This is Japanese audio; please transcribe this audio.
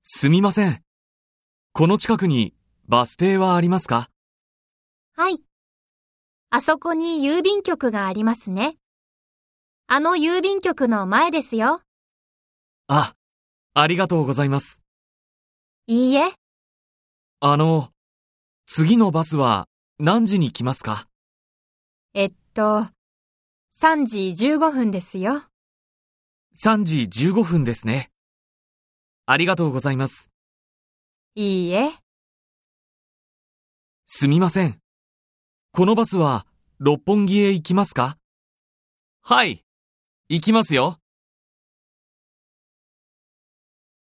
すみません。この近くにバス停はありますか？ はい。あそこに郵便局がありますね。あの郵便局の前ですよ。 あ、ありがとうございます。 いいえ。 次のバスは何時に来ますか 3時15分ですよ。 ？3時15分ですね。ありがとうございます。 いいえ。 すみません。このバスは六本木へ行きますか？はい、行きますよ。